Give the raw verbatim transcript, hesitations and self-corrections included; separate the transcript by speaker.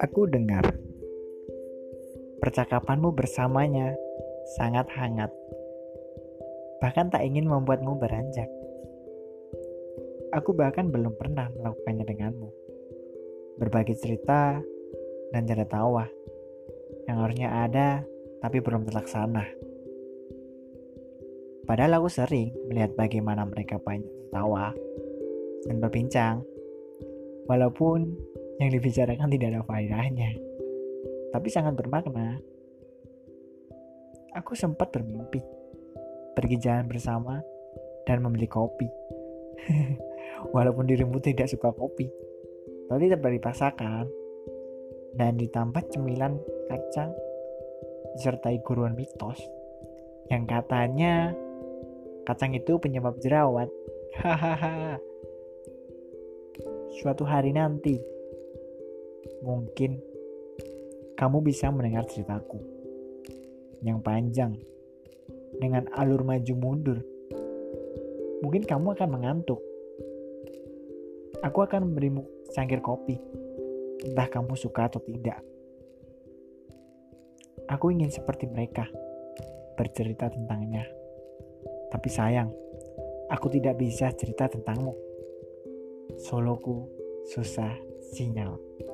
Speaker 1: Aku dengar percakapanmu bersamanya sangat hangat, bahkan tak ingin membuatmu beranjak. Aku bahkan belum pernah melakukannya denganmu. Berbagi cerita dan cara tawa yang harusnya ada tapi belum terlaksana. Padahal aku sering melihat bagaimana mereka banyak tertawa dan berbincang, walaupun yang dibicarakan tidak ada faedahnya, tapi sangat bermakna. Aku sempat bermimpi pergi jalan bersama dan membeli kopi. Walaupun dirimu tidak suka kopi, tapi tetap dipaksakan. Dan ditambah cemilan kacang disertai guruan mitos yang katanya kacang itu penyebab jerawat. Hahaha. Suatu hari nanti mungkin kamu bisa mendengar ceritaku yang panjang dengan alur maju mundur. Mungkin kamu akan mengantuk. Aku akan memberimu cangkir kopi, entah kamu suka atau tidak. Aku ingin seperti mereka, bercerita tentangnya. Tapi sayang, aku tidak bisa cerita tentangmu. Soloku susah sinyal.